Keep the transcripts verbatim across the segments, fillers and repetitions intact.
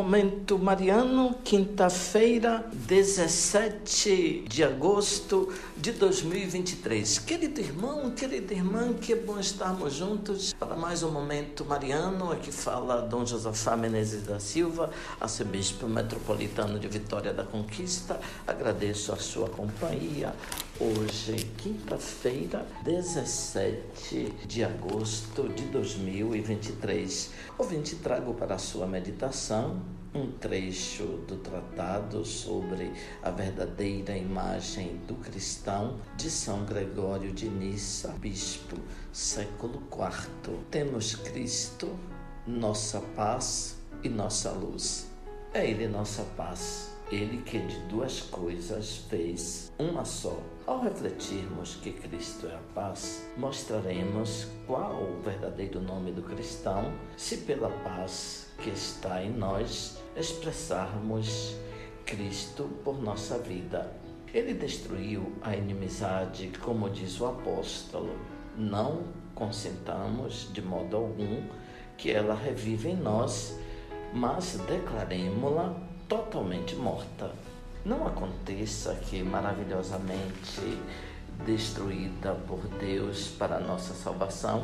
Momento Mariano, quinta-feira, dezessete de agosto de dois mil e vinte e três. Querido irmão, querida irmã, que é bom estarmos juntos para mais um Momento Mariano. Aqui fala Dom Josafá Menezes da Silva, arcebispo metropolitano de Vitória da Conquista. Agradeço a sua companhia. Hoje, quinta-feira, dezessete de agosto de dois mil e vinte e três. Ouvinte, trago para a sua meditação um trecho do tratado sobre a verdadeira imagem do cristão de São Gregório de Nissa, bispo, século quarto. Temos Cristo, nossa paz e nossa luz. É Ele nossa paz. Ele que de duas coisas fez uma só. Ao refletirmos que Cristo é a paz, mostraremos qual o verdadeiro nome do cristão, se pela paz que está em nós expressarmos Cristo por nossa vida. Ele destruiu a inimizade, como diz o apóstolo. Não consintamos de modo algum que ela reviva em nós, mas declaremo-la totalmente morta. Não aconteça que, maravilhosamente destruída por Deus para nossa salvação,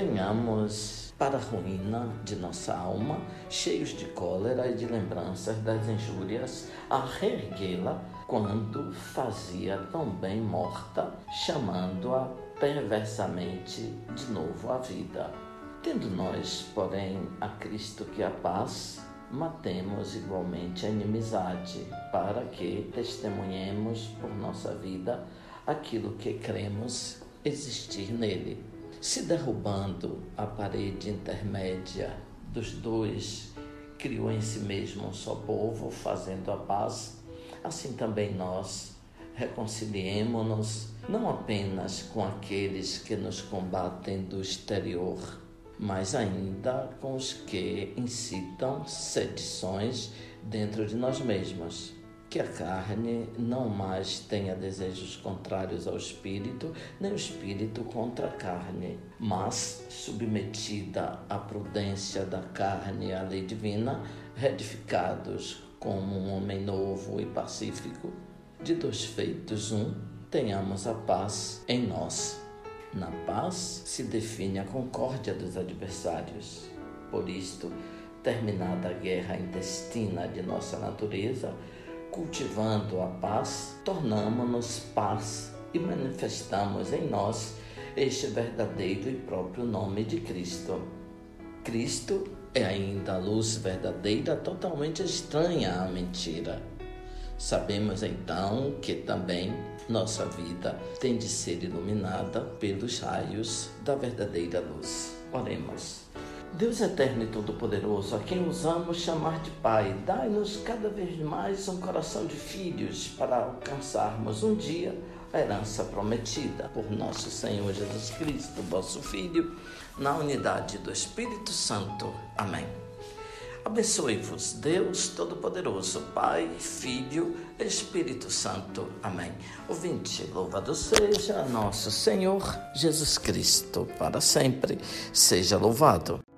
venhamos para a ruína de nossa alma, cheios de cólera e de lembranças das injúrias, a reerguê-la quando fazia tão bem morta, chamando-a perversamente de novo à vida. Tendo nós, porém, a Cristo que é a paz, matemos igualmente a inimizade, para que testemunhemos por nossa vida aquilo que cremos existir nele. Se derrubando a parede intermédia dos dois, criou em si mesmo um só povo, fazendo a paz, assim também nós reconciliemo-nos não apenas com aqueles que nos combatem do exterior, mas ainda com os que incitam sedições dentro de nós mesmos. Que a carne não mais tenha desejos contrários ao espírito, nem o espírito contra a carne, mas, submetida à prudência da carne e à lei divina, retificados como um homem novo e pacífico, de dois feitos um, tenhamos a paz em nós. Na paz se define a concórdia dos adversários. Por isto, terminada a guerra intestina de nossa natureza, cultivando a paz, tornamo-nos paz e manifestamos em nós este verdadeiro e próprio nome de Cristo. Cristo é ainda a luz verdadeira, totalmente estranha à mentira. Sabemos então que também nossa vida tem de ser iluminada pelos raios da verdadeira luz. Oremos. Deus eterno e todo-poderoso, a quem usamos chamar de Pai, dai-nos cada vez mais um coração de filhos para alcançarmos um dia a herança prometida por nosso Senhor Jesus Cristo, vosso Filho, na unidade do Espírito Santo. Amém. Abençoe-vos, Deus Todo-Poderoso, Pai, Filho, Espírito Santo. Amém. Ouvinte, louvado seja nosso Senhor Jesus Cristo, para sempre seja louvado.